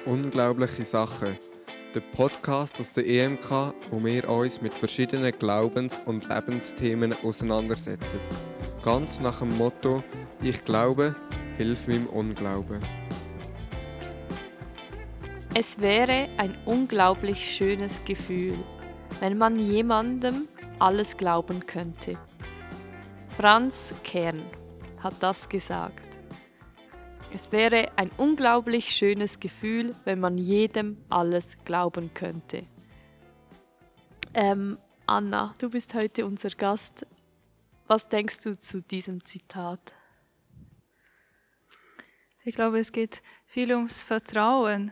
Unglaubliche Sachen. Der Podcast aus der EMK, wo wir uns mit verschiedenen Glaubens- und Lebensthemen auseinandersetzen. Ganz nach dem Motto: Ich glaube, hilf meinem Unglauben. Es wäre ein unglaublich schönes Gefühl, wenn man jemandem alles glauben könnte. Franz Kern hat das gesagt. Es wäre ein unglaublich schönes Gefühl, wenn man jedem alles glauben könnte. Anna, du bist heute unser Gast. Was denkst du zu diesem Zitat? Ich glaube, es geht viel ums Vertrauen.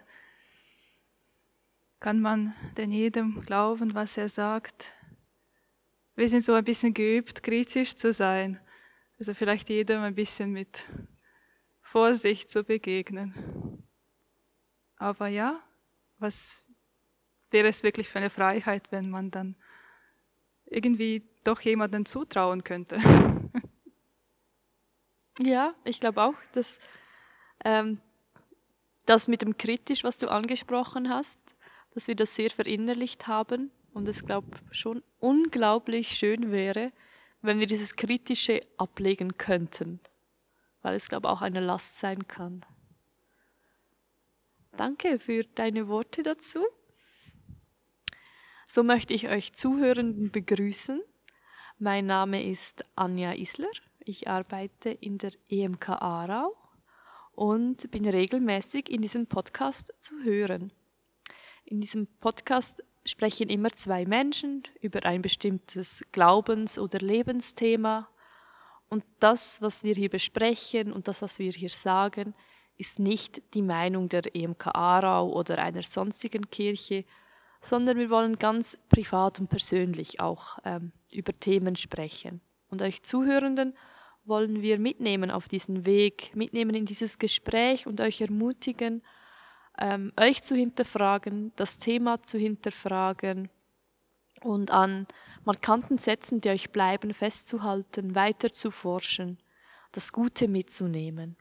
Kann man denn jedem glauben, was er sagt? Wir sind so ein bisschen geübt, kritisch zu sein. Also vielleicht jedem ein bisschen mit Vorsicht zu begegnen. Aber ja, was wäre es wirklich für eine Freiheit, wenn man dann irgendwie doch jemandem zutrauen könnte? Ja, ich glaube auch, dass das mit dem Kritisch, was du angesprochen hast, dass wir das sehr verinnerlicht haben und es, glaube ich, schon unglaublich schön wäre, wenn wir dieses Kritische ablegen könnten, weil es, glaube ich, auch eine Last sein kann. Danke für deine Worte dazu. So möchte ich euch Zuhörenden begrüßen. Mein Name ist Anja Isler. Ich arbeite in der EMK Aarau und bin regelmäßig in diesem Podcast zu hören. In diesem Podcast sprechen immer zwei Menschen über ein bestimmtes Glaubens- oder Lebensthema. Und das, was wir hier besprechen und das, was wir hier sagen, ist nicht die Meinung der EMK Aarau oder einer sonstigen Kirche, sondern wir wollen ganz privat und persönlich auch über Themen sprechen. Und euch Zuhörenden wollen wir mitnehmen auf diesen Weg, mitnehmen in dieses Gespräch und euch ermutigen, euch zu hinterfragen, das Thema zu hinterfragen und an markanten Sätzen, die euch bleiben, festzuhalten, weiter zu forschen, das Gute mitzunehmen.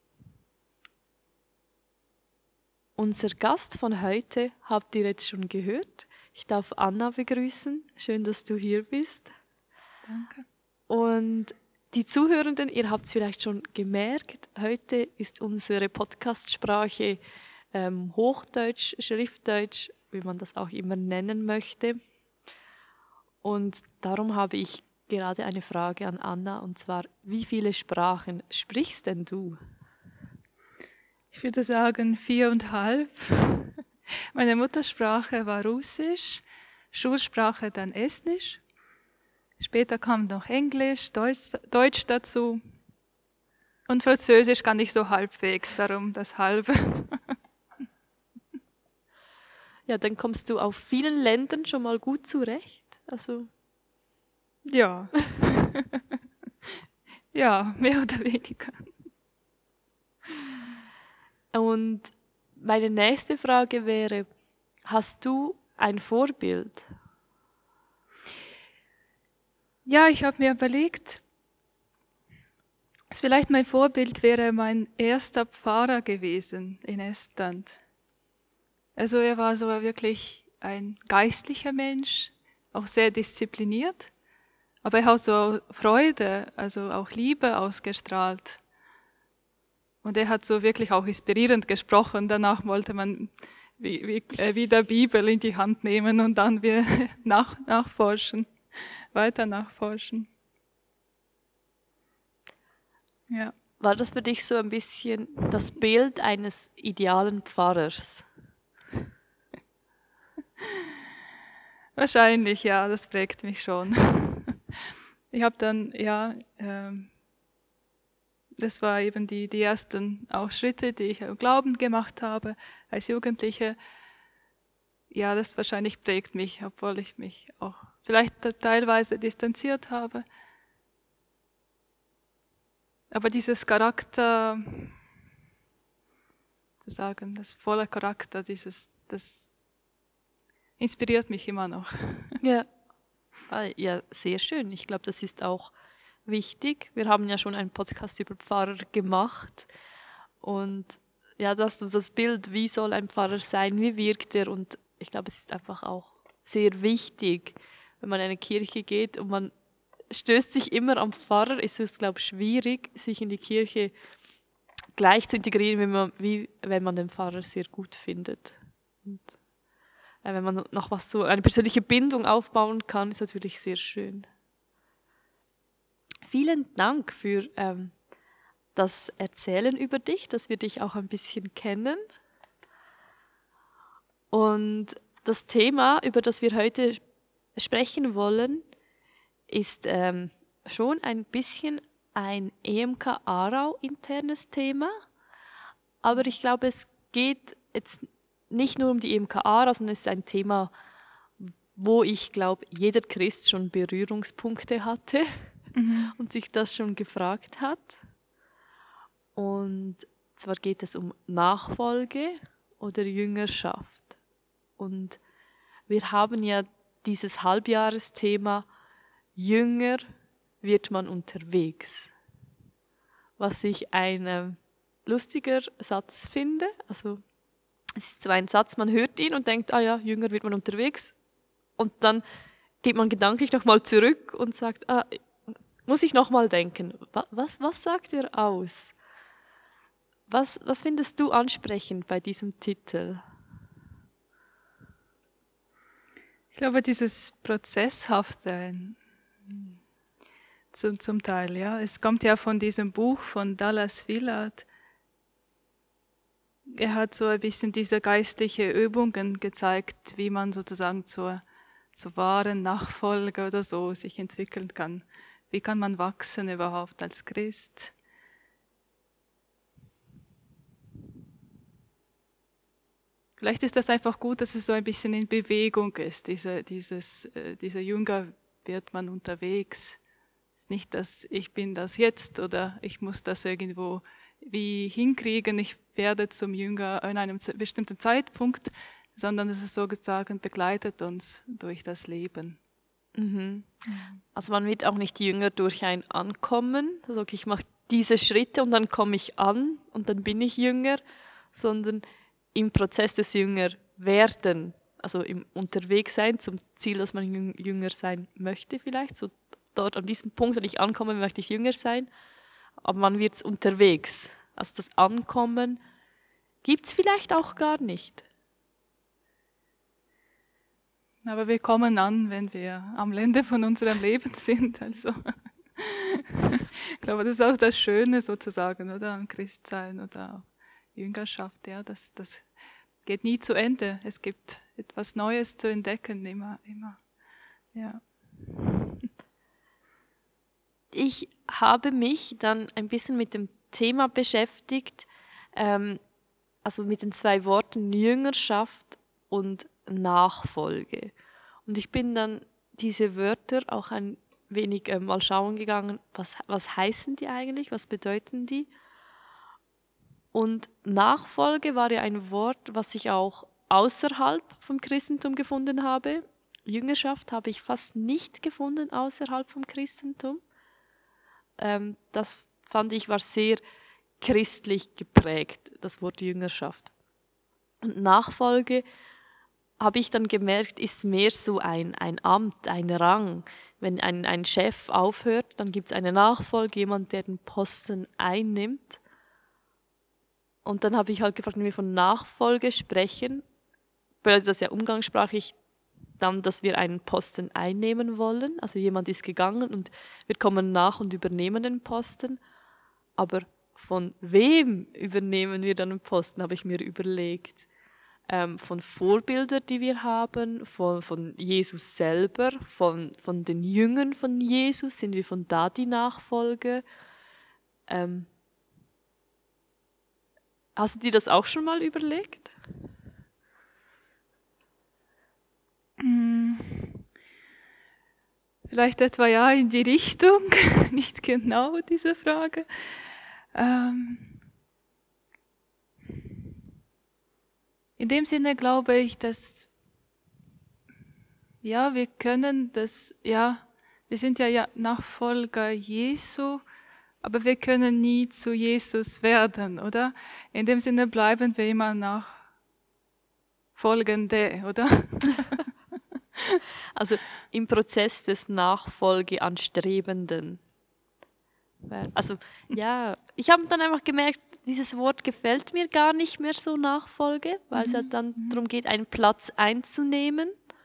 Unser Gast von heute habt ihr jetzt schon gehört. Ich darf Anna begrüßen. Schön, dass du hier bist. Danke. Und die Zuhörenden, ihr habt es vielleicht schon gemerkt, heute ist unsere Podcastsprache Hochdeutsch, Schriftdeutsch, wie man das auch immer nennen möchte. Und darum habe ich gerade eine Frage an Anna, und zwar: Wie viele Sprachen sprichst denn du? Ich würde sagen 4,5. Meine Muttersprache war Russisch, Schulsprache dann Estnisch. Später kam noch Englisch, Deutsch dazu. Und Französisch kann ich so halbwegs, darum das Halbe. Ja, dann kommst du auf vielen Ländern schon mal gut zurecht. Also Ja. Ja, mehr oder weniger. Und meine nächste Frage wäre: Hast du ein Vorbild? Ja, ich habe mir überlegt, dass vielleicht mein Vorbild wäre mein erster Pfarrer gewesen in Estland. Also er war so wirklich ein geistlicher Mensch, auch sehr diszipliniert, aber er hat so Freude, also auch Liebe ausgestrahlt. Und er hat so wirklich auch inspirierend gesprochen. Danach wollte man wieder Bibel in die Hand nehmen und dann wir nachforschen, weiter nachforschen. Ja. War das für dich so ein bisschen das Bild eines idealen Pfarrers? Wahrscheinlich, ja, das prägt mich schon. Ich habe dann, das war eben die ersten auch Schritte, die ich im Glauben gemacht habe als Jugendliche. Ja, das wahrscheinlich prägt mich, obwohl ich mich auch vielleicht teilweise distanziert habe. Aber dieses Charakter, zu sagen, das volle Charakter, das inspiriert mich immer noch. Ja. Ja, sehr schön. Ich glaube, das ist auch wichtig. Wir haben ja schon einen Podcast über Pfarrer gemacht und ja, dass du das Bild, wie soll ein Pfarrer sein, wie wirkt er, und ich glaube, es ist einfach auch sehr wichtig, wenn man in eine Kirche geht und man stößt sich immer am Pfarrer, ist es, glaube ich, schwierig, sich in die Kirche gleich zu integrieren, wenn man den Pfarrer sehr gut findet. Und wenn man noch so eine persönliche Bindung aufbauen kann, ist natürlich sehr schön. Vielen Dank für das Erzählen über dich, dass wir dich auch ein bisschen kennen. Und das Thema, über das wir heute sprechen wollen, ist schon ein bisschen ein EMK Aarau internes Thema. Aber ich glaube, es geht jetzt nicht nur um die EMK Aarau, sondern es ist ein Thema, wo ich glaube, jeder Christ schon Berührungspunkte hatte und sich das schon gefragt hat. Und zwar geht es um Nachfolge oder Jüngerschaft. Und wir haben ja dieses Halbjahresthema Jünger wird man unterwegs. Was ich ein lustiger Satz finde. Also es ist zwar ein Satz, man hört ihn und denkt, ah ja, Jünger wird man unterwegs. Und dann geht man gedanklich nochmal zurück und sagt, muss ich nochmal denken. Was sagt er aus? Was findest du ansprechend bei diesem Titel? Ich glaube, dieses Prozesshafte zum Teil, ja. Es kommt ja von diesem Buch von Dallas Willard. Er hat so ein bisschen diese geistliche Übungen gezeigt, wie man sozusagen zur wahren Nachfolger oder so sich entwickeln kann. Wie kann man wachsen überhaupt als Christ? Vielleicht ist das einfach gut, dass es so ein bisschen in Bewegung ist. Dieser Jünger wird man unterwegs. Es ist nicht, dass ich bin das jetzt oder ich muss das irgendwo wie hinkriegen, ich werde zum Jünger an einem bestimmten Zeitpunkt, sondern es ist sozusagen begleitet uns durch das Leben. Mhm. Also man wird auch nicht Jünger durch ein Ankommen, also ich mache diese Schritte und dann komme ich an und dann bin ich Jünger, sondern im Prozess des Jüngerwerden, also im Unterwegssein zum Ziel, dass man Jünger sein möchte vielleicht, so dort an diesem Punkt, wenn ich ankomme, möchte ich Jünger sein, aber man wird unterwegs. Also das Ankommen gibt es vielleicht auch gar nicht. Aber wir kommen an, wenn wir am Ende von unserem Leben sind. Also ich glaube, das ist auch das Schöne sozusagen, oder, am Christsein oder Jüngerschaft. Ja, das geht nie zu Ende. Es gibt etwas Neues zu entdecken, immer. Ja. Ich habe mich dann ein bisschen mit dem Thema beschäftigt, also mit den zwei Worten Jüngerschaft und Nachfolge. Und ich bin dann diese Wörter auch ein wenig mal schauen gegangen, was heißen die eigentlich, was bedeuten die? Und Nachfolge war ja ein Wort, was ich auch außerhalb vom Christentum gefunden habe. Jüngerschaft habe ich fast nicht gefunden außerhalb vom Christentum. Das fand ich war sehr christlich geprägt, das Wort Jüngerschaft. Und Nachfolge, habe ich dann gemerkt, ist mehr so ein Amt, ein Rang. Wenn ein Chef aufhört, dann gibt es eine Nachfolge, jemand, der den Posten einnimmt. Und dann habe ich halt gefragt, wenn wir von Nachfolge sprechen, bedeutet das ja umgangssprachlich dann, dass wir einen Posten einnehmen wollen. Also jemand ist gegangen und wir kommen nach und übernehmen den Posten. Aber von wem übernehmen wir dann den Posten, habe ich mir überlegt. Von Vorbildern, die wir haben, von Jesus selber, von den Jüngern von Jesus, sind wir von da die Nachfolger. Hast du dir das auch schon mal überlegt? Vielleicht etwa ja in die Richtung, nicht genau diese Frage. In dem Sinne glaube ich, dass ja, wir können das, ja, wir sind ja Nachfolger Jesu aber wir können nie zu Jesus werden, oder? In dem Sinne bleiben wir immer Nachfolgende, oder? Also im Prozess des Nachfolgeanstrebenden. Also ja, ich habe dann einfach gemerkt, dieses Wort gefällt mir gar nicht mehr so Nachfolge, weil es ja dann darum geht, einen Platz einzunehmen.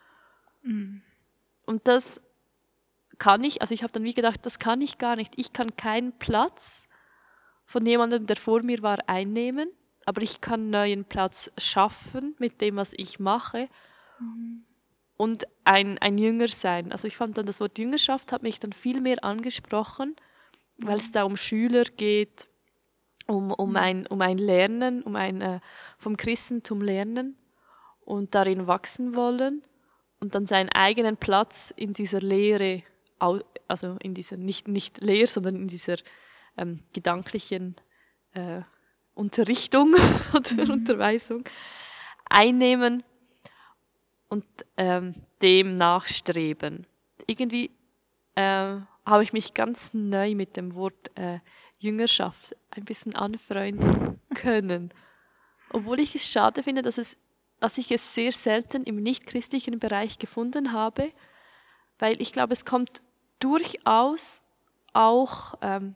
Und das kann ich, also ich habe dann wie gedacht, das kann ich gar nicht. Ich kann keinen Platz von jemandem, der vor mir war, einnehmen, aber ich kann einen neuen Platz schaffen mit dem, was ich mache. Und ein Jünger sein. Also ich fand dann, das Wort Jüngerschaft hat mich dann viel mehr angesprochen, weil es da um Schüler geht, um ein Lernen, vom Christentum lernen und darin wachsen wollen und dann seinen eigenen Platz in dieser Lehre, also in dieser, nicht Lehre, sondern in dieser gedanklichen Unterrichtung oder Unterweisung einnehmen und dem nachstreben. Irgendwie habe ich mich ganz neu mit dem Wort Jüngerschaft ein bisschen anfreunden können. Obwohl ich es schade finde, dass ich es sehr selten im nichtchristlichen Bereich gefunden habe, weil ich glaube, es kommt durchaus auch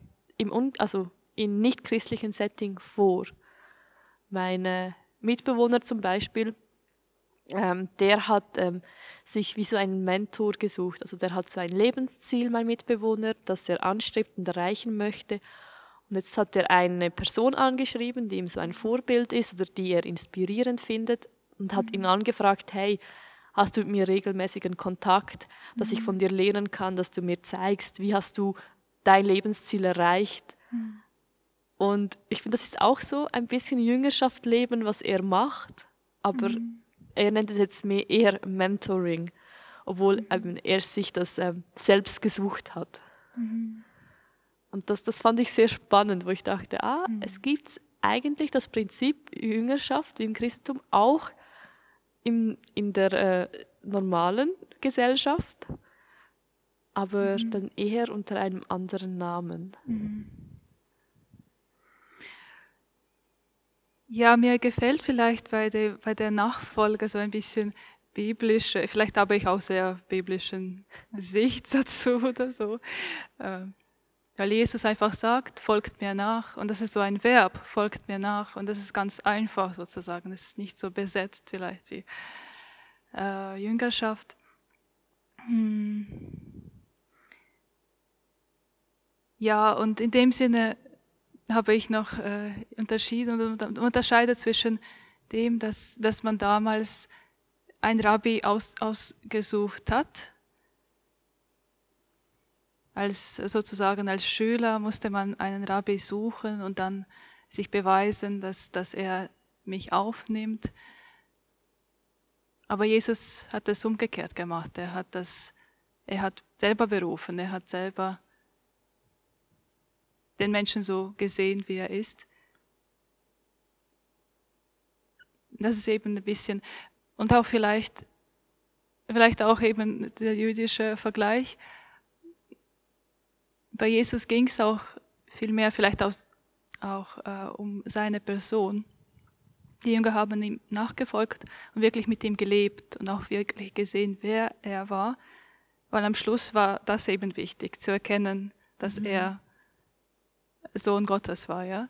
in nichtchristlichen Setting vor. Meine Mitbewohner zum Beispiel, der hat sich wie so einen Mentor gesucht. Also der hat so ein Lebensziel, mein Mitbewohner, das er anstrebt und erreichen möchte. Und jetzt hat er eine Person angeschrieben, die ihm so ein Vorbild ist oder die er inspirierend findet und hat ihn angefragt, hey, hast du mit mir regelmäßigen Kontakt, dass ich von dir lernen kann, dass du mir zeigst, wie hast du dein Lebensziel erreicht. Und ich finde, das ist auch so ein bisschen Jüngerschaft leben, was er macht, aber er nennt es jetzt eher Mentoring, obwohl er sich das selbst gesucht hat. Und das fand ich sehr spannend, wo ich dachte, es gibt eigentlich das Prinzip Jüngerschaft wie im Christentum auch in der normalen Gesellschaft, aber dann eher unter einem anderen Namen. Ja, mir gefällt vielleicht bei der Nachfolge so ein bisschen biblische, vielleicht habe ich auch sehr biblischen Sicht dazu oder so. Weil Jesus einfach sagt, folgt mir nach. Und das ist so ein Verb, folgt mir nach. Und das ist ganz einfach sozusagen. Es ist nicht so besetzt vielleicht wie Jüngerschaft. Ja, und in dem Sinne habe ich noch unterschieden und unterscheidet zwischen dem, dass man damals einen Rabbi ausgesucht hat. Sozusagen als Schüler musste man einen Rabbi suchen und dann sich beweisen, dass er mich aufnimmt. Aber Jesus hat es umgekehrt gemacht. Er hat selber berufen, er hat selber den Menschen so gesehen, wie er ist. Das ist eben ein bisschen, und auch vielleicht auch eben der jüdische Vergleich. Bei Jesus ging es auch viel mehr vielleicht auch um seine Person. Die Jünger haben ihm nachgefolgt und wirklich mit ihm gelebt und auch wirklich gesehen, wer er war. Weil am Schluss war das eben wichtig, zu erkennen, dass er Sohn Gottes war, ja.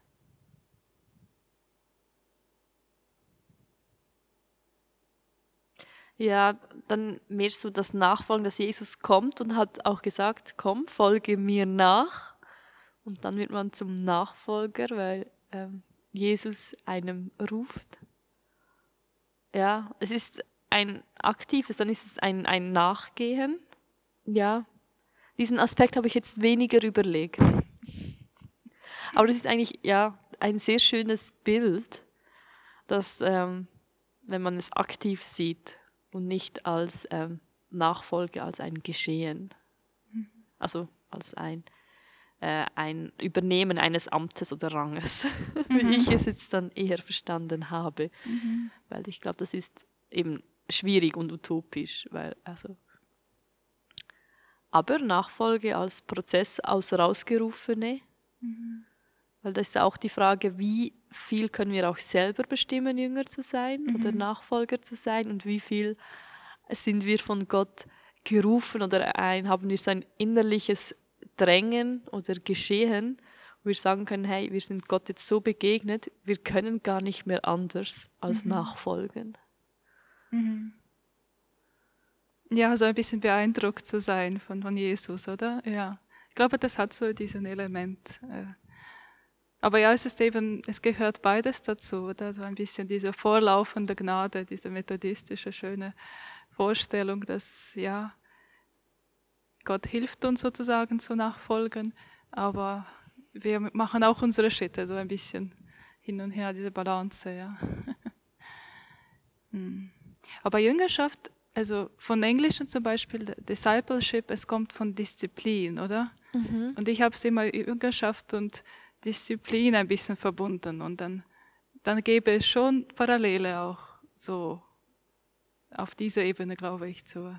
Ja, dann mehr so das Nachfolgen, dass Jesus kommt und hat auch gesagt, komm, folge mir nach. Und dann wird man zum Nachfolger, weil Jesus einem ruft. Ja, es ist ein aktives, dann ist es ein Nachgehen. Ja, diesen Aspekt habe ich jetzt weniger überlegt. Aber das ist eigentlich ja ein sehr schönes Bild, dass, wenn man es aktiv sieht und nicht als Nachfolge, als ein Geschehen, also als ein Übernehmen eines Amtes oder Ranges, wie ich es jetzt dann eher verstanden habe. Weil ich glaube, das ist eben schwierig und utopisch, weil aber Nachfolge als Prozess aus Rausgerufene. Weil das ist ja auch die Frage, wie viel können wir auch selber bestimmen, Jünger zu sein oder Nachfolger zu sein und wie viel sind wir von Gott gerufen oder haben wir so ein innerliches Drängen oder Geschehen, wo wir sagen können, hey, wir sind Gott jetzt so begegnet, wir können gar nicht mehr anders als nachfolgen. Ja, so ein bisschen beeindruckt zu sein von Jesus, oder? Ja. Ich glaube, das hat so diesen Element. Aber ja, es gehört beides dazu, oder? So ein bisschen diese vorlaufende Gnade, diese methodistische, schöne Vorstellung, dass, ja, Gott hilft uns sozusagen zu nachfolgen, aber wir machen auch unsere Schritte, so ein bisschen hin und her, diese Balance, ja. Aber Jüngerschaft, also von Englischen zum Beispiel, Discipleship, es kommt von Disziplin, oder? Und ich habe es immer Jüngerschaft und Disziplin ein bisschen verbunden und dann gäbe es schon Parallele auch so auf dieser Ebene, glaube ich, zu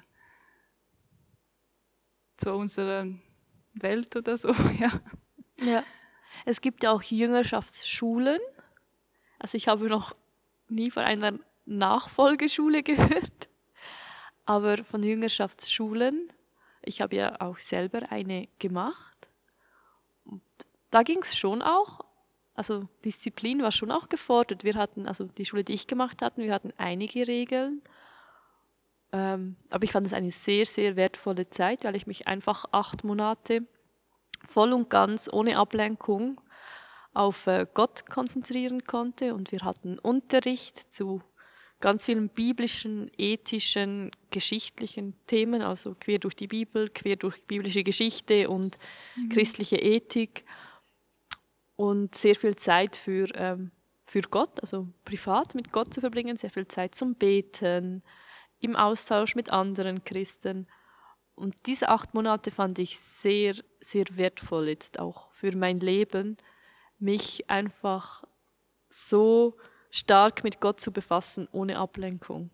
unserer Welt oder so, ja. Ja. Es gibt ja auch Jüngerschaftsschulen. Also ich habe noch nie von einer Nachfolgeschule gehört, aber von Jüngerschaftsschulen. Ich habe ja auch selber eine gemacht. Und da ging es schon auch, also Disziplin war schon auch gefordert. Wir hatten, also die Schule, die ich gemacht hatte, wir hatten einige Regeln. Aber ich fand es eine sehr, sehr wertvolle Zeit, weil ich mich einfach 8 Monate voll und ganz ohne Ablenkung auf Gott konzentrieren konnte. Und wir hatten Unterricht zu ganz vielen biblischen, ethischen, geschichtlichen Themen, also quer durch die Bibel, quer durch biblische Geschichte und christliche Ethik. Und sehr viel Zeit für Gott, also privat mit Gott zu verbringen, sehr viel Zeit zum Beten, im Austausch mit anderen Christen. Und diese 8 Monate fand ich sehr, sehr wertvoll jetzt auch für mein Leben, mich einfach so stark mit Gott zu befassen, ohne Ablenkung.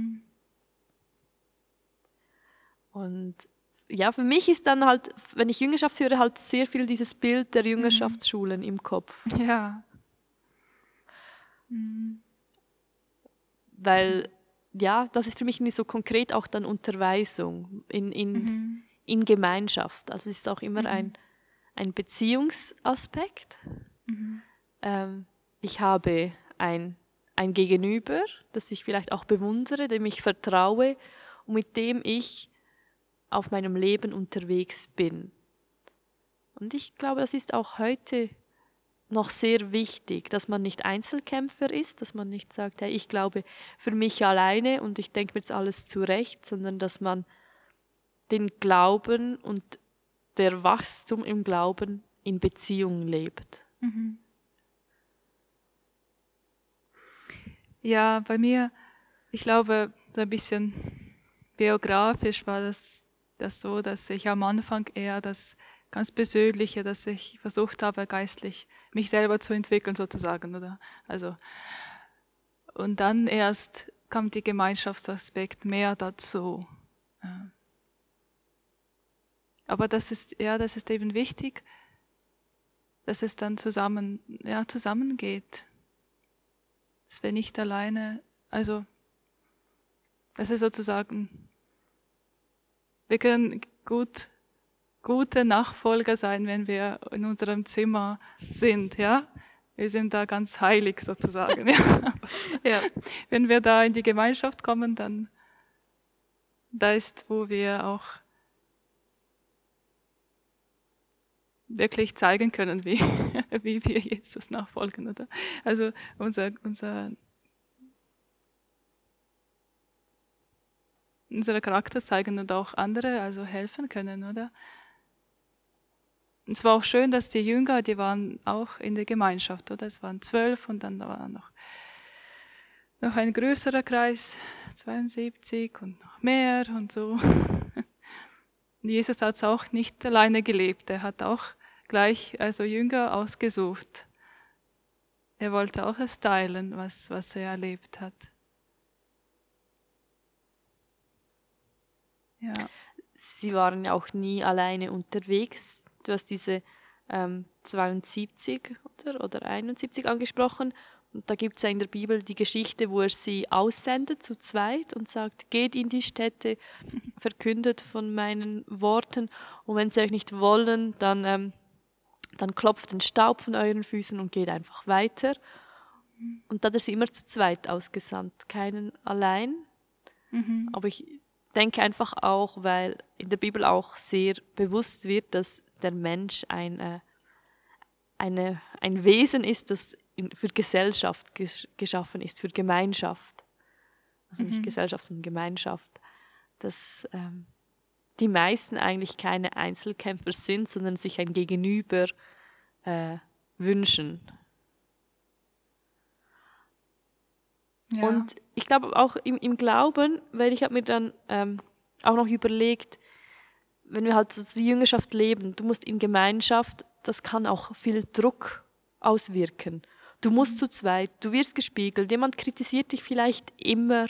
Und ja, für mich ist dann halt, wenn ich Jüngerschaft höre, halt sehr viel dieses Bild der Jüngerschaftsschulen im Kopf. Ja. Weil, ja, das ist für mich nicht so konkret auch dann Unterweisung in Gemeinschaft. Also es ist auch immer ein Beziehungsaspekt. Ich habe ein Gegenüber, das ich vielleicht auch bewundere, dem ich vertraue und mit dem ich auf meinem Leben unterwegs bin. Und ich glaube, das ist auch heute noch sehr wichtig, dass man nicht Einzelkämpfer ist, dass man nicht sagt, hey, ich glaube für mich alleine und ich denke mir jetzt alles zurecht, sondern dass man den Glauben und der Wachstum im Glauben in Beziehung lebt. Ja, bei mir, ich glaube, so ein bisschen biografisch war das so, dass ich am Anfang eher das ganz Persönliche, dass ich versucht habe, geistlich mich selber zu entwickeln sozusagen, oder? Also, und dann erst kam der Gemeinschaftsaspekt mehr dazu. Ja. Aber das ist eben wichtig, dass es dann zusammengeht. Dass wir nicht alleine, also, das ist sozusagen, wir können gute Nachfolger sein, wenn wir in unserem Zimmer sind, ja. Wir sind da ganz heilig sozusagen, ja. Ja. Wenn wir da in die Gemeinschaft kommen, dann da ist, wo wir auch wirklich zeigen können, wie wir Jesus nachfolgen, oder? Also unsere Charakter zeigen und auch andere, also helfen können, oder? Und es war auch schön, dass die Jünger, die waren auch in der Gemeinschaft, oder? Es waren 12 und dann war noch ein größerer Kreis, 72 und noch mehr und so. Und Jesus hat es auch nicht alleine gelebt, er hat auch gleich Jünger ausgesucht. Er wollte auch es teilen, was er erlebt hat. Ja. sie waren ja auch nie alleine unterwegs. Du hast diese 72 oder 71 angesprochen. Und da gibt es ja in der Bibel die Geschichte, wo er sie aussendet zu zweit und sagt, geht in die Städte, verkündet von meinen Worten und wenn sie euch nicht wollen, dann klopft den Staub von euren Füßen und geht einfach weiter. Und da hat er sie immer zu zweit ausgesandt, keinen allein. Aber ich denke einfach auch, weil in der Bibel auch sehr bewusst wird, dass der Mensch ein Wesen ist, das für Gesellschaft geschaffen ist, für Gemeinschaft. Also nicht Gesellschaft, sondern Gemeinschaft. Dass die meisten eigentlich keine Einzelkämpfer sind, sondern sich ein Gegenüber wünschen. Ja. Und ich glaube auch im Glauben, weil ich habe mir dann auch noch überlegt, wenn wir halt so die Jüngerschaft leben, du musst in Gemeinschaft, das kann auch viel Druck auswirken. Du musst zu zweit, du wirst gespiegelt, jemand kritisiert dich vielleicht immer.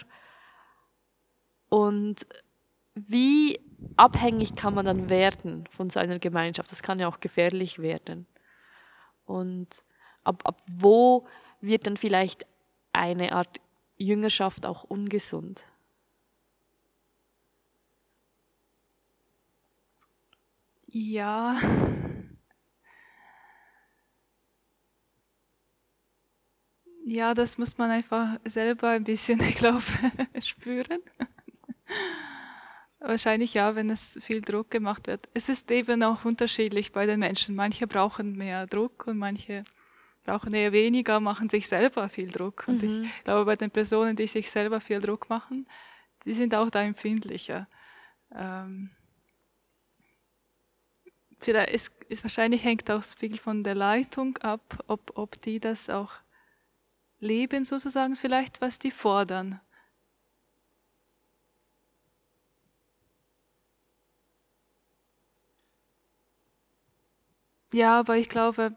Und wie abhängig kann man dann werden von so einer Gemeinschaft? Das kann ja auch gefährlich werden. Und ab wo wird dann vielleicht eine Art Jüngerschaft auch ungesund? Ja. Ja, das muss man einfach selber ein bisschen, ich glaube, spüren. Wahrscheinlich ja, wenn es viel Druck gemacht wird. Es ist eben auch unterschiedlich bei den Menschen. Manche brauchen mehr Druck und manche brauchen eher weniger, machen sich selber viel Druck. Und ich glaube, bei den Personen, die sich selber viel Druck machen, die sind auch da empfindlicher. Vielleicht ist wahrscheinlich hängt auch viel von der Leitung ab, ob die das auch leben sozusagen, vielleicht was die fordern. Ja, aber ich glaube,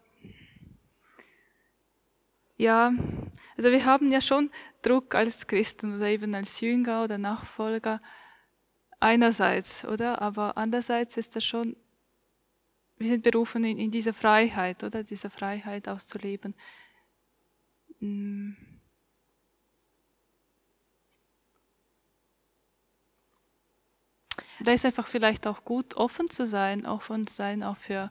ja, also wir haben ja schon Druck als Christen oder eben als Jünger oder Nachfolger einerseits, oder? Aber andererseits ist das schon, wir sind berufen in dieser Freiheit, oder? Diese Freiheit auszuleben. Da ist einfach vielleicht auch gut, offen zu sein, auch für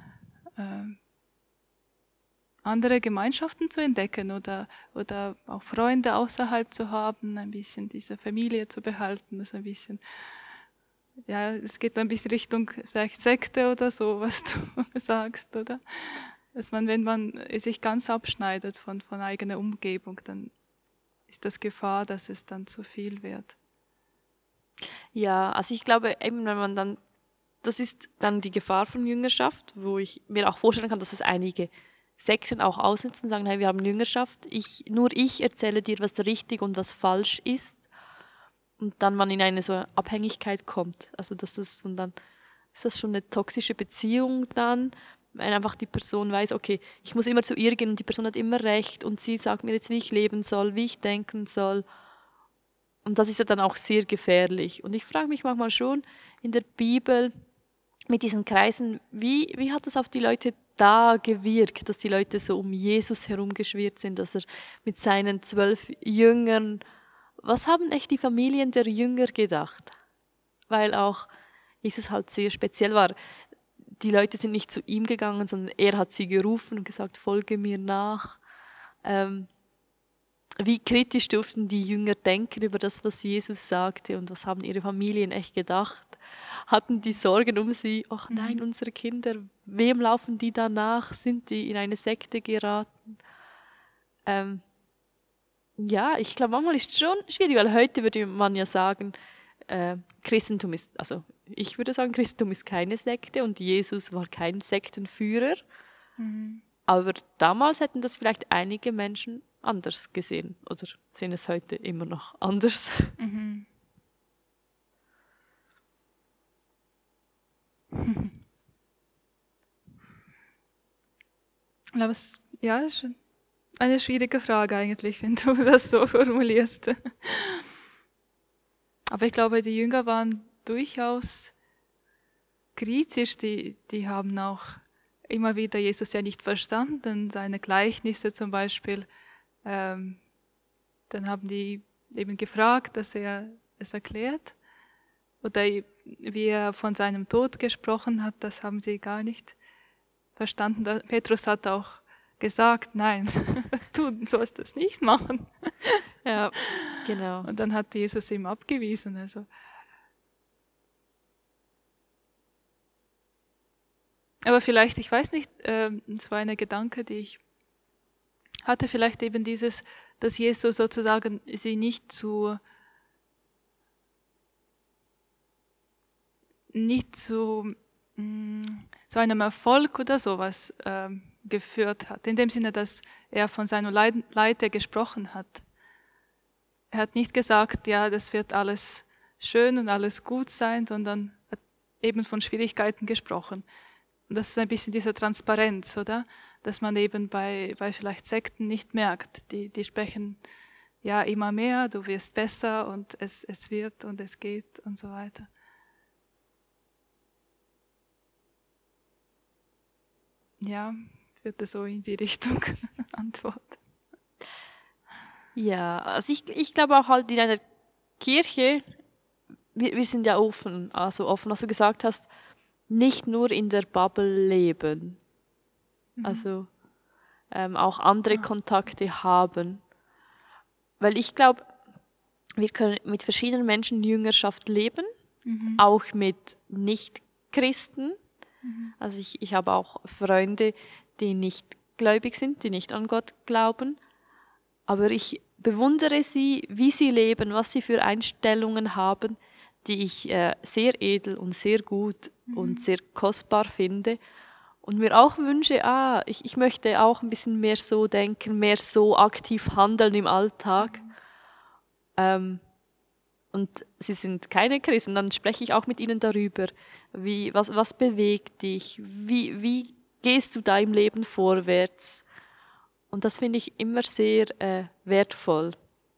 andere Gemeinschaften zu entdecken oder auch Freunde außerhalb zu haben, ein bisschen diese Familie zu behalten, das ein bisschen, ja, es geht ein bisschen Richtung vielleicht Sekte oder so, was du sagst, oder? Dass man, wenn man sich ganz abschneidet von eigener Umgebung, dann ist das Gefahr, dass es dann zu viel wird. Ja, also ich glaube eben, wenn man dann, das ist dann die Gefahr von Jüngerschaft, wo ich mir auch vorstellen kann, dass es einige Sekten auch ausnutzen und sagen, hey, wir haben Jüngerschaft, nur ich erzähle dir, was richtig und was falsch ist. Und dann man in eine so Abhängigkeit kommt. Also und dann ist das schon eine toxische Beziehung dann, wenn einfach die Person weiß, okay, ich muss immer zu ihr gehen und die Person hat immer recht und sie sagt mir jetzt, wie ich leben soll, wie ich denken soll. Und das ist ja dann auch sehr gefährlich. Und ich frage mich manchmal schon in der Bibel mit diesen Kreisen, wie hat das auf die Leute da gewirkt, dass die Leute so um Jesus herumgeschwirrt sind, dass er mit seinen 12 Jüngern, was haben echt die Familien der Jünger gedacht? Weil auch Jesus halt sehr speziell war. Die Leute sind nicht zu ihm gegangen, sondern er hat sie gerufen und gesagt, folge mir nach. Wie kritisch durften die Jünger denken über das, was Jesus sagte und was haben ihre Familien echt gedacht? Hatten die Sorgen um sie? Ach nein, unsere Kinder, wem laufen die danach? Sind die in eine Sekte geraten? Ja, ich glaube, manchmal ist es schon schwierig, weil heute würde man ja sagen, Christentum ist, also ich würde sagen, Christentum ist keine Sekte und Jesus war kein Sektenführer. Aber damals hätten das vielleicht einige Menschen anders gesehen oder sehen es heute immer noch anders. Aber es ist schon eine schwierige Frage eigentlich, wenn du das so formulierst. Aber ich glaube, die Jünger waren durchaus kritisch, die haben auch immer wieder Jesus ja nicht verstanden, seine Gleichnisse zum Beispiel. Dann haben die eben gefragt, dass er es erklärt. Oder wie er von seinem Tod gesprochen hat, das haben sie gar nicht verstanden. Petrus hat auch gesagt, nein, du sollst das nicht machen. Ja, genau. Und dann hat Jesus ihm abgewiesen. Also. Aber vielleicht, ich weiß nicht, es war eine Gedanke, die ich hatte, vielleicht eben dieses, dass Jesus sozusagen sie nicht zu einem Erfolg oder sowas geführt hat. In dem Sinne, dass er von seinem Leid gesprochen hat. Er hat nicht gesagt, ja, das wird alles schön und alles gut sein, sondern hat eben von Schwierigkeiten gesprochen. Und das ist ein bisschen diese Transparenz, oder? Dass man eben bei vielleicht Sekten nicht merkt. Die sprechen ja immer mehr, du wirst besser und es wird und es geht und so weiter. Ja, wird so in die Richtung antworten. Ja, also ich glaube auch halt in einer Kirche, wir sind ja offen, was du gesagt hast, nicht nur in der Bubble leben. Also auch andere Kontakte haben. Weil ich glaube, wir können mit verschiedenen Menschen Jüngerschaft leben, auch mit Nicht-Christen. Also ich habe auch Freunde, die nicht gläubig sind, die nicht an Gott glauben. Aber ich bewundere sie, wie sie leben, was sie für Einstellungen haben, die ich sehr edel und sehr gut und sehr kostbar finde. Und mir auch wünsche, ich möchte auch ein bisschen mehr so denken, mehr so aktiv handeln im Alltag. Und sie sind keine Christen, dann spreche ich auch mit ihnen darüber, was bewegt dich, wie gehst du da im Leben vorwärts. Und das finde ich immer sehr wertvoll.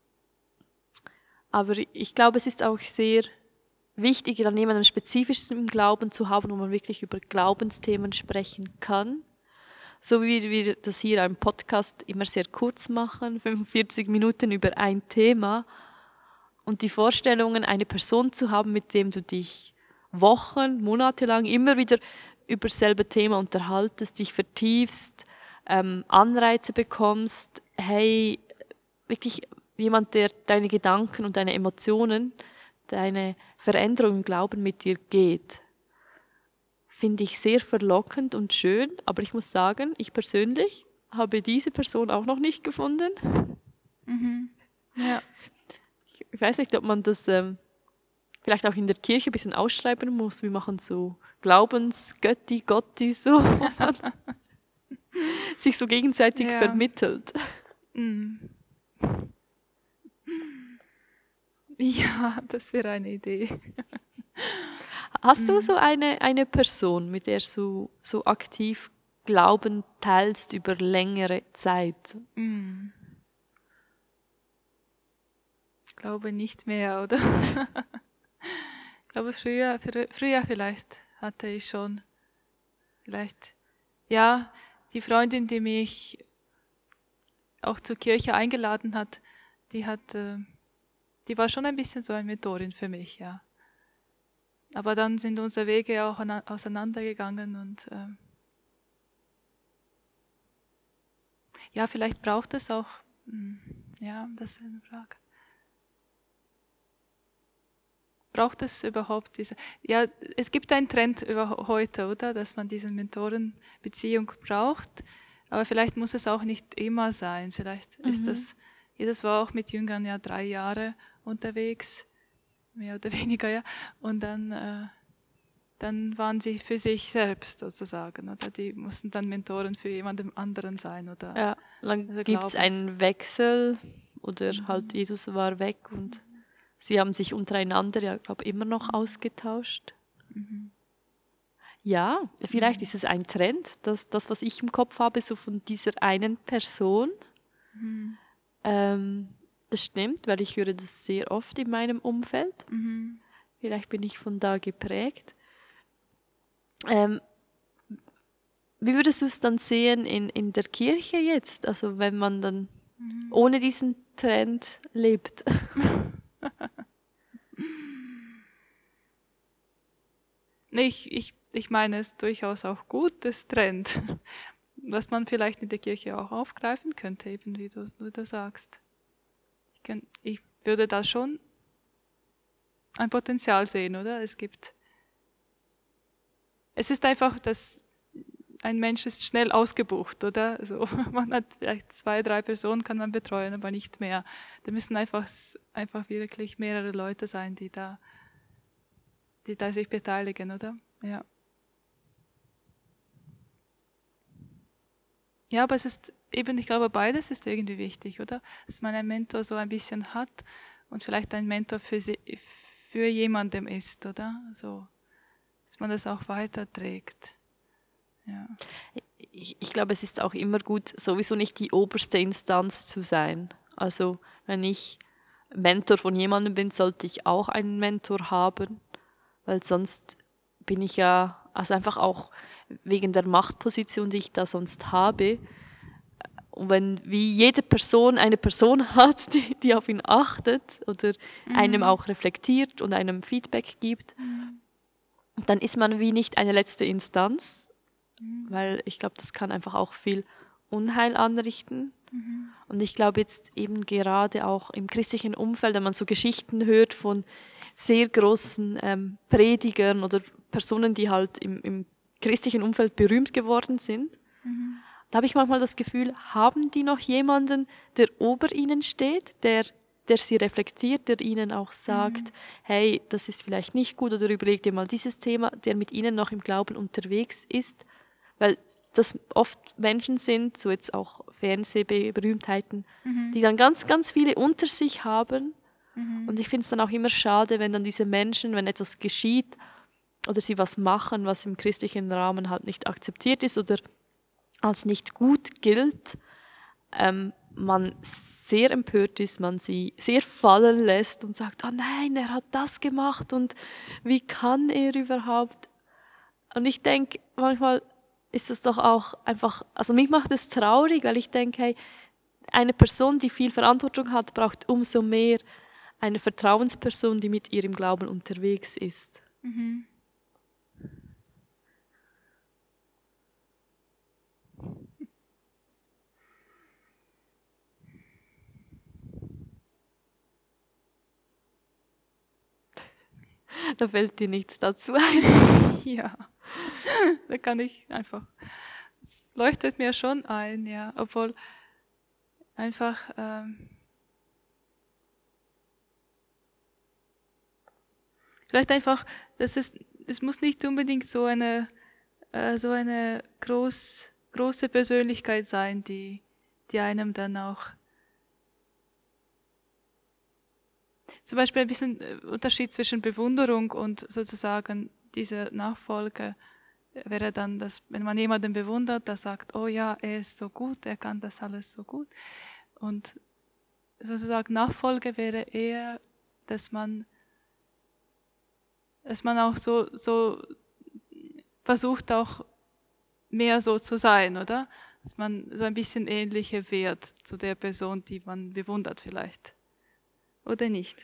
Aber ich glaube, es ist auch sehr wichtig, dann jemanden Spezifisches im Glauben zu haben, wo man wirklich über Glaubensthemen sprechen kann. So wie wir das hier im Podcast immer sehr kurz machen, 45 Minuten über ein Thema. Und die Vorstellungen, eine Person zu haben, mit dem du dich Wochen, Monate lang immer wieder über dasselbe Thema unterhaltest, dich vertiefst, Anreize bekommst, hey, wirklich jemand, der deine Gedanken und deine Emotionen, deine Veränderung im Glauben mit dir geht, finde ich sehr verlockend und schön, aber ich muss sagen, ich persönlich habe diese Person auch noch nicht gefunden. Ja. Ich weiß nicht, ob man das vielleicht auch in der Kirche ein bisschen ausschreiben muss. Wir machen so Glaubensgötti, Gotti, so, wo man sich so gegenseitig vermittelt. Ja, das wäre eine Idee. Hast du so eine Person, mit der du so aktiv Glauben teilst über längere Zeit? Ich glaube nicht mehr, oder? Ich glaube, früher vielleicht hatte ich schon, ja, die Freundin, die mich auch zur Kirche eingeladen hat, die war schon ein bisschen so eine Mentorin für mich, ja. Aber dann sind unsere Wege auch auseinandergegangen und ja, vielleicht braucht es auch, ja, das ist eine Frage. Braucht es überhaupt diese, ja, es gibt einen Trend heute, oder, dass man diese Mentorenbeziehung braucht, aber vielleicht muss es auch nicht immer sein, vielleicht ist das, Jesus war auch mit Jüngern ja 3 Jahre unterwegs, mehr oder weniger, ja, und dann waren sie für sich selbst sozusagen, oder die mussten dann Mentoren für jemanden anderen sein, oder? Ja, dann Also gibt es einen Wechsel oder halt Jesus war weg und sie haben sich untereinander, ja, glaube immer noch ausgetauscht. Ja, vielleicht ist es ein Trend, dass das, was ich im Kopf habe, so von dieser einen Person, das stimmt, weil ich höre das sehr oft in meinem Umfeld. Vielleicht bin ich von da geprägt. Wie würdest du es dann sehen in der Kirche jetzt? Also wenn man dann ohne diesen Trend lebt? Ich meine es durchaus auch gut, das Trend, was man vielleicht in der Kirche auch aufgreifen könnte, eben wie du sagst. Ich würde da schon ein Potenzial sehen, oder? Es ist einfach, dass ein Mensch ist schnell ausgebucht, oder? Also man hat vielleicht 2, 3 Personen kann man betreuen, aber nicht mehr. Da müssen einfach wirklich mehrere Leute sein, die da sich beteiligen, oder? Ja. Ja, aber es ist eben, ich glaube, beides ist irgendwie wichtig, oder? Dass man einen Mentor so ein bisschen hat und vielleicht ein Mentor für jemandem ist, oder? So, dass man das auch weiterträgt. Ja. Ich glaube, es ist auch immer gut, sowieso nicht die oberste Instanz zu sein. Also wenn ich Mentor von jemandem bin, sollte ich auch einen Mentor haben, weil sonst bin ich ja, also einfach auch wegen der Machtposition, die ich da sonst habe. Und wenn wie jede Person eine Person hat, die auf ihn achtet oder einem auch reflektiert und einem Feedback gibt, dann ist man wie nicht eine letzte Instanz, weil ich glaube, das kann einfach auch viel Unheil anrichten. Und ich glaube jetzt eben gerade auch im christlichen Umfeld, wenn man so Geschichten hört von sehr großen Predigern oder Personen, die halt im christlichen Umfeld berühmt geworden sind, da habe ich manchmal das Gefühl, haben die noch jemanden, der ober ihnen steht, der sie reflektiert, der ihnen auch sagt, hey, das ist vielleicht nicht gut oder überleg dir mal dieses Thema, der mit ihnen noch im Glauben unterwegs ist, weil das oft Menschen sind, so jetzt auch Fernsehberühmtheiten, die dann ganz, ganz viele unter sich haben. Und ich finde es dann auch immer schade, wenn dann diese Menschen, wenn etwas geschieht oder sie was machen, was im christlichen Rahmen halt nicht akzeptiert ist oder als nicht gut gilt, man sehr empört ist, man sie sehr fallen lässt und sagt, oh nein, er hat das gemacht und wie kann er überhaupt? Und ich denke, manchmal ist es doch auch einfach, also mich macht es traurig, weil ich denke, hey, eine Person, die viel Verantwortung hat, braucht umso mehr eine Vertrauensperson, die mit ihr im Glauben unterwegs ist. Da fällt dir nichts dazu ein. Ja, da kann ich einfach, es leuchtet mir schon ein, ja, obwohl einfach, vielleicht einfach, es muss nicht unbedingt so eine große Persönlichkeit sein, die einem dann auch, zum Beispiel ein bisschen Unterschied zwischen Bewunderung und sozusagen diese Nachfolge wäre dann, dass wenn man jemanden bewundert, der sagt, oh ja, er ist so gut, er kann das alles so gut. Und sozusagen Nachfolge wäre eher, dass man auch so versucht auch mehr so zu sein, oder? Dass man so ein bisschen ähnlicher wird zu der Person, die man bewundert vielleicht. Oder nicht?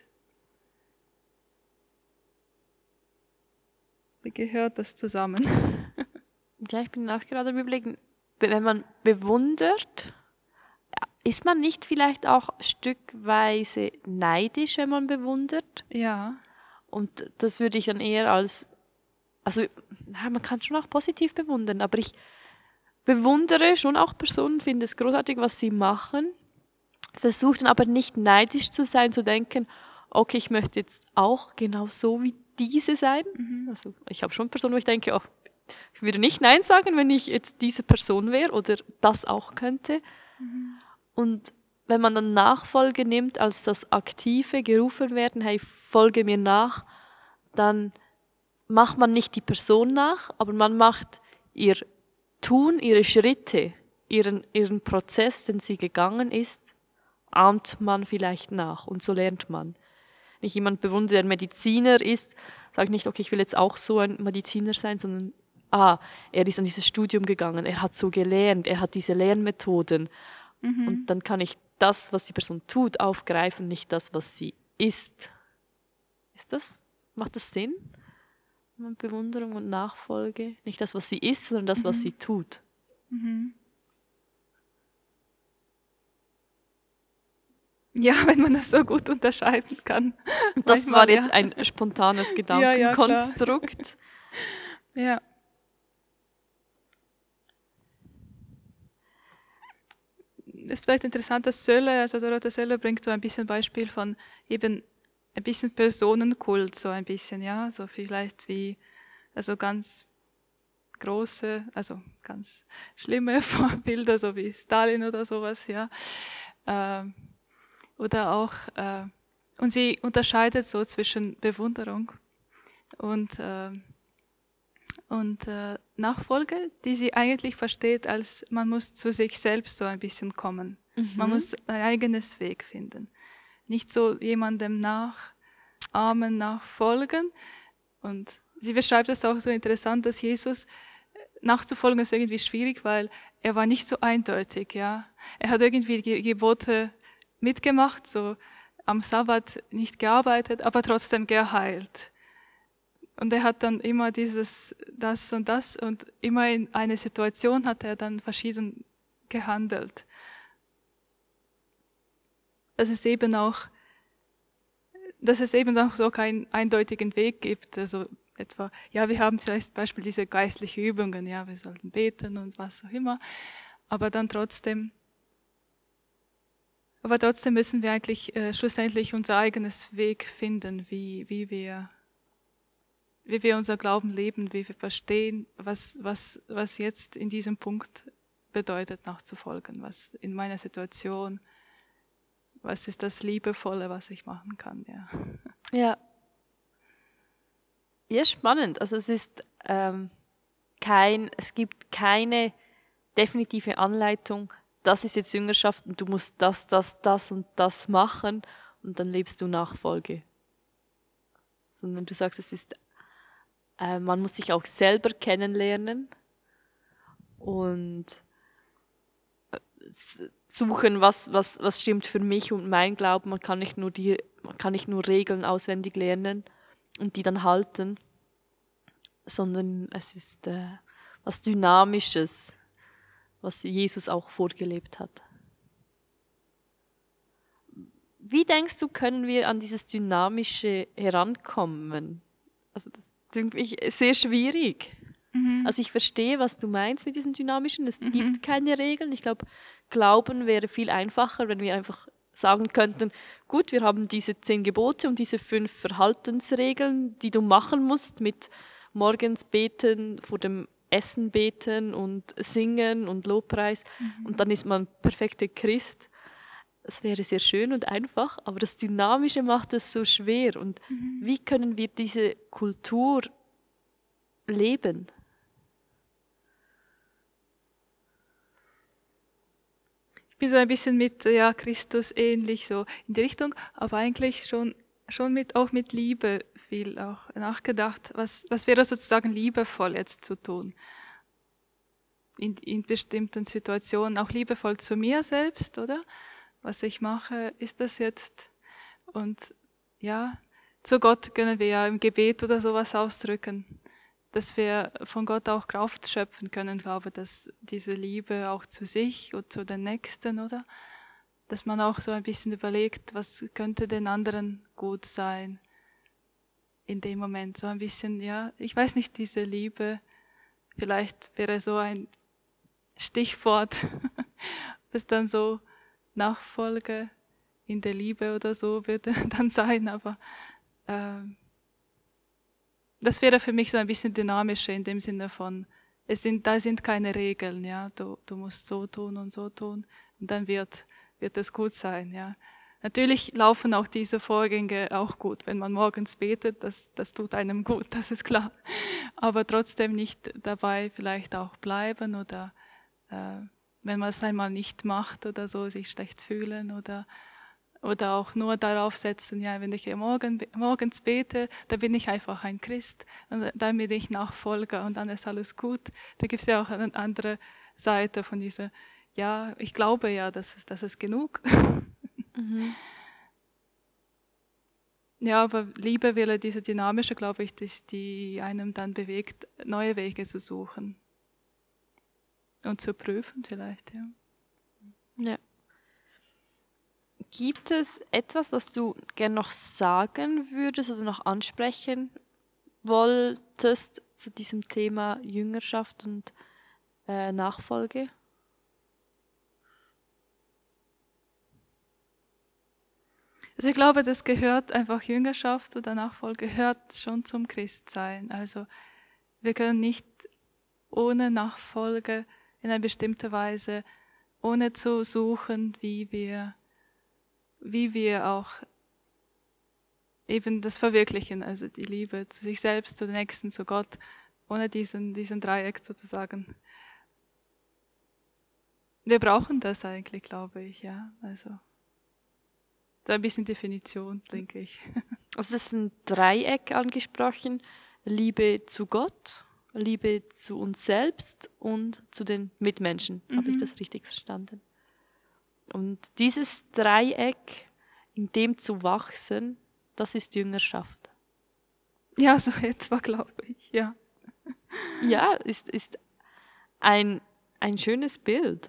Wie gehört das zusammen? Ja, ich bin auch gerade am Überlegen, wenn man bewundert, ist man nicht vielleicht auch stückweise neidisch, wenn man bewundert? Ja. Und das würde ich dann eher als, also man kann schon auch positiv bewundern, aber ich bewundere schon auch Personen, finde es großartig, was sie machen, versuche dann aber nicht neidisch zu sein, zu denken, okay, ich möchte jetzt auch genau so wie diese sein. Also ich habe schon Personen, wo ich denke, oh, ich würde nicht Nein sagen, wenn ich jetzt diese Person wäre oder das auch könnte. Und wenn man dann Nachfolge nimmt, als das Aktive gerufen werden, hey, folge mir nach, dann macht man nicht die Person nach, aber man macht ihr Tun, ihre Schritte, ihren Prozess, den sie gegangen ist, ahmt man vielleicht nach und so lernt man. Wenn ich jemand bewundere, der Mediziner ist, sage ich nicht, okay, ich will jetzt auch so ein Mediziner sein, sondern er ist an dieses Studium gegangen, er hat so gelernt, er hat diese Lernmethoden. Und dann kann ich das, was die Person tut, aufgreifen, nicht das, was sie ist. Macht das Sinn? Bewunderung und Nachfolge. Nicht das, was sie ist, sondern das, was sie tut. Ja, wenn man das so gut unterscheiden kann. Das Manchmal, war jetzt ein spontanes Gedankenkonstrukt. Ja. Es ist vielleicht interessant, dass Sölle, also Dorothee Sölle bringt so ein bisschen Beispiel von eben ein bisschen Personenkult, so ein bisschen, ja, so vielleicht wie, also ganz große, also ganz schlimme Vorbilder, so wie Stalin oder sowas, ja. Oder auch, und sie unterscheidet so zwischen Bewunderung und Nachfolge, die sie eigentlich versteht als, man muss zu sich selbst so ein bisschen kommen. Man muss ein eigenes Weg finden. Nicht so jemandem nachahmen, nachfolgen. Und sie beschreibt es auch so interessant, dass Jesus nachzufolgen ist irgendwie schwierig, weil er war nicht so eindeutig, ja. Er hat irgendwie die Gebote mitgemacht, so am Sabbat nicht gearbeitet, aber trotzdem geheilt. Und er hat dann immer das und immer in einer Situation hat er dann verschieden gehandelt. Dass es eben auch so keinen eindeutigen Weg gibt. Also etwa, ja, wir haben vielleicht zum Beispiel diese geistliche Übungen, ja, wir sollten beten und was auch immer. Aber trotzdem müssen wir eigentlich schlussendlich unser eigenes Weg finden, wie wir unser Glauben leben, wie wir verstehen, was jetzt in diesem Punkt bedeutet, nachzufolgen, was in meiner Situation, was ist das Liebevolle, was ich machen kann, ja. Ja. Ja, spannend. Also es gibt keine definitive Anleitung, das ist jetzt Jüngerschaft und du musst das und das machen und dann lebst du Nachfolge. Sondern du sagst, man muss sich auch selber kennenlernen und suchen, was stimmt für mich und mein Glauben. Man kann nicht nur Regeln auswendig lernen und die dann halten, sondern es ist was Dynamisches, was Jesus auch vorgelebt hat. Wie denkst du, können wir an dieses Dynamische herankommen? Also das klingt mich sehr schwierig. Also ich verstehe, was du meinst mit diesem Dynamischen. Es gibt keine Regeln. Ich glaube, Glauben wäre viel einfacher, wenn wir einfach sagen könnten, gut, wir haben diese 10 Gebote und diese 5 Verhaltensregeln, die du machen musst, mit morgens beten, vor dem Essen beten und singen und Lobpreis. Und dann ist man perfekter Christ. Es wäre sehr schön und einfach, aber das Dynamische macht es so schwer. Und wie können wir diese Kultur leben? Ich bin so ein bisschen mit Christus ähnlich so in die Richtung, aber eigentlich schon auch mit Liebe viel auch nachgedacht. Was wäre sozusagen liebevoll jetzt zu tun? In bestimmten Situationen auch liebevoll zu mir selbst, oder? Was ich mache, ist das jetzt? Und ja, zu Gott können wir ja im Gebet oder sowas ausdrücken, dass wir von Gott auch Kraft schöpfen können, glaube ich, dass diese Liebe auch zu sich und zu den Nächsten, oder? Dass man auch so ein bisschen überlegt, was könnte den anderen gut sein in dem Moment. So ein bisschen, ja, ich weiß nicht, diese Liebe, vielleicht wäre so ein Stichwort, was dann so Nachfolge in der Liebe oder so würde dann sein, aber das wäre für mich so ein bisschen dynamischer in dem Sinne von, da sind keine Regeln, ja, du musst so tun und dann wird es gut sein, ja. Natürlich laufen auch diese Vorgänge auch gut, wenn man morgens betet, das tut einem gut, das ist klar, aber trotzdem nicht dabei vielleicht auch bleiben oder wenn man es einmal nicht macht oder so, sich schlecht fühlen oder auch nur darauf setzen, ja, wenn ich morgens bete, dann bin ich einfach ein Christ und dann bin ich Nachfolger und dann ist alles gut. Da gibt es ja auch eine andere Seite von dieser, ja, ich glaube ja, das ist genug. Mhm. Ja, aber Liebe will diese dynamische, glaube ich, die einem dann bewegt, neue Wege zu suchen und zu prüfen vielleicht, ja. Ja. Gibt es etwas, was du gern noch sagen würdest oder noch ansprechen wolltest zu diesem Thema Jüngerschaft und Nachfolge? Also ich glaube, das gehört einfach Jüngerschaft oder Nachfolge gehört schon zum Christsein. Also wir können nicht ohne Nachfolge in einer bestimmten Weise, ohne zu suchen, wie wir auch eben das verwirklichen, also die Liebe zu sich selbst, zu den Nächsten, zu Gott, ohne diesen Dreieck sozusagen. Wir brauchen das eigentlich, glaube ich, ja. Also da ein bisschen Definition, denke ich. Also das ist ein Dreieck angesprochen. Liebe zu Gott, Liebe zu uns selbst und zu den Mitmenschen. Habe ich das richtig verstanden? Und dieses Dreieck, in dem zu wachsen, das ist Jüngerschaft. Ja, so etwa, glaube ich, ja. Ja, ist ein schönes Bild.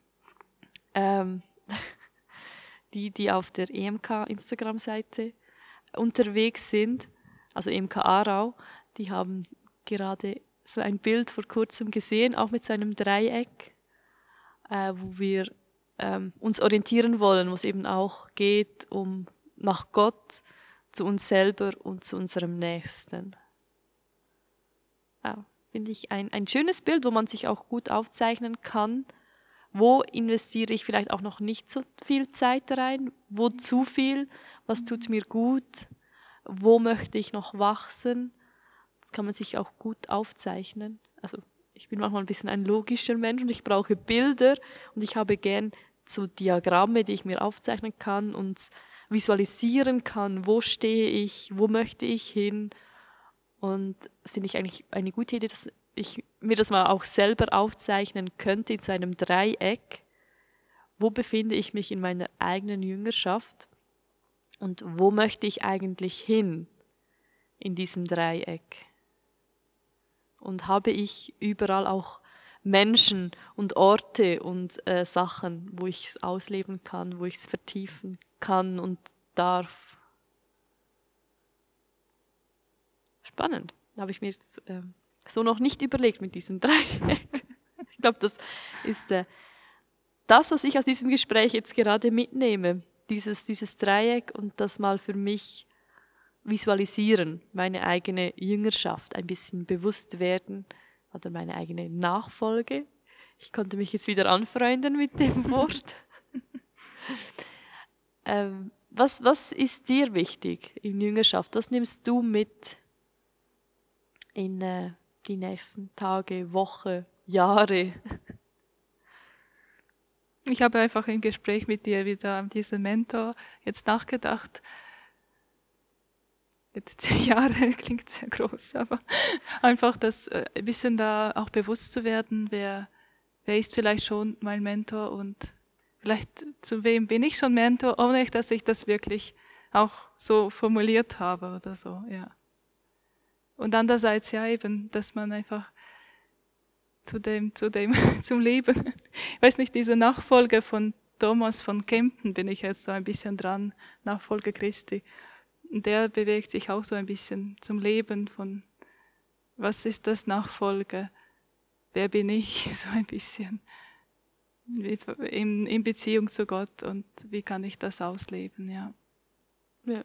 Die auf der EMK-Instagram-Seite unterwegs sind, also EMK Aarau, die haben gerade so ein Bild vor kurzem gesehen, auch mit so einem Dreieck, wo wir uns orientieren wollen, wo es eben auch geht um nach Gott, zu uns selber und zu unserem Nächsten. Finde ich ein schönes Bild, wo man sich auch gut aufzeichnen kann, wo investiere ich vielleicht auch noch nicht so viel Zeit rein, wo zu viel, was tut mir gut, wo möchte ich noch wachsen. Das kann man sich auch gut aufzeichnen. Also ich bin manchmal ein bisschen ein logischer Mensch und ich brauche Bilder und ich habe gern so Diagramme, die ich mir aufzeichnen kann und visualisieren kann, wo stehe ich, wo möchte ich hin. Und das finde ich eigentlich eine gute Idee, dass ich mir das mal auch selber aufzeichnen könnte in so einem Dreieck. Wo befinde ich mich in meiner eigenen Jüngerschaft und wo möchte ich eigentlich hin in diesem Dreieck? Und habe ich überall auch Menschen und Orte und Sachen, wo ich es ausleben kann, wo ich es vertiefen kann und darf? Spannend. Habe ich mir jetzt so noch nicht überlegt mit diesem Dreieck. Ich glaube, das ist das, was ich aus diesem Gespräch jetzt gerade mitnehme. Dieses Dreieck und das mal für mich visualisieren, meine eigene Jüngerschaft, ein bisschen bewusst werden oder meine eigene Nachfolge. Ich konnte mich jetzt wieder anfreunden mit dem Wort. Was ist dir wichtig in Jüngerschaft? Was nimmst du mit in die nächsten Tage, Woche, Jahre? Ich habe einfach im Gespräch mit dir wieder an diesen Mentor jetzt nachgedacht. Jetzt 10 Jahre klingt sehr groß, aber einfach das ein bisschen da auch bewusst zu werden, wer ist vielleicht schon mein Mentor und vielleicht zu wem bin ich schon Mentor, ohne dass ich das wirklich auch so formuliert habe oder so, ja. Und andererseits ja eben, dass man einfach zum Leben, ich weiß nicht, diese Nachfolge von Thomas von Kempten bin ich jetzt so ein bisschen dran, Nachfolge Christi. Und der bewegt sich auch so ein bisschen zum Leben von, was ist das Nachfolge? Wer bin ich? So ein bisschen in Beziehung zu Gott und wie kann ich das ausleben, ja. Ja.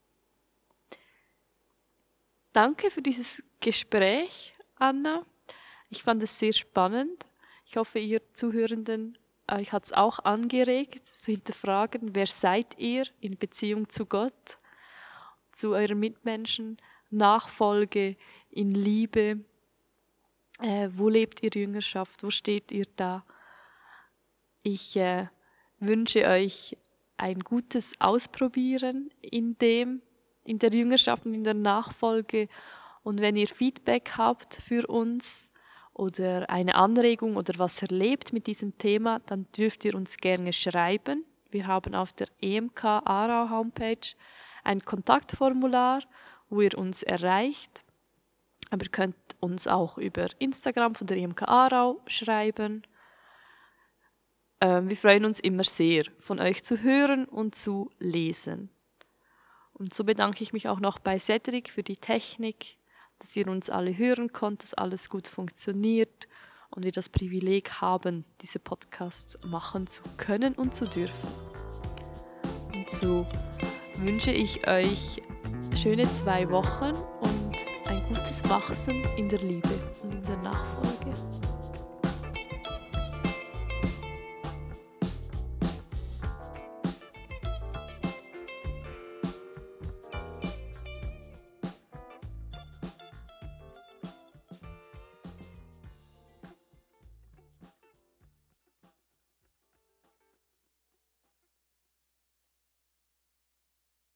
Danke für dieses Gespräch, Anna. Ich fand es sehr spannend. Ich hoffe, ihr Zuhörenden, euch hat es auch angeregt, zu hinterfragen, wer seid ihr in Beziehung zu Gott, zu euren Mitmenschen, Nachfolge in Liebe. Wo lebt ihr Jüngerschaft? Wo steht ihr da? Ich wünsche euch ein gutes Ausprobieren in der Jüngerschaft und in der Nachfolge. Und wenn ihr Feedback habt für uns oder eine Anregung oder was erlebt mit diesem Thema, dann dürft ihr uns gerne schreiben. Wir haben auf der EMK Aarau Homepage ein Kontaktformular, wo ihr uns erreicht. Aber ihr könnt uns auch über Instagram von der EMK Aarau schreiben. Wir freuen uns immer sehr, von euch zu hören und zu lesen. Und so bedanke ich mich auch noch bei Cedric für die Technik, dass ihr uns alle hören konnt, dass alles gut funktioniert und wir das Privileg haben, diese Podcasts machen zu können und zu dürfen. Und so wünsche ich euch schöne 2 Wochen und ein gutes Wachsen in der Liebe und in der Nachfolge.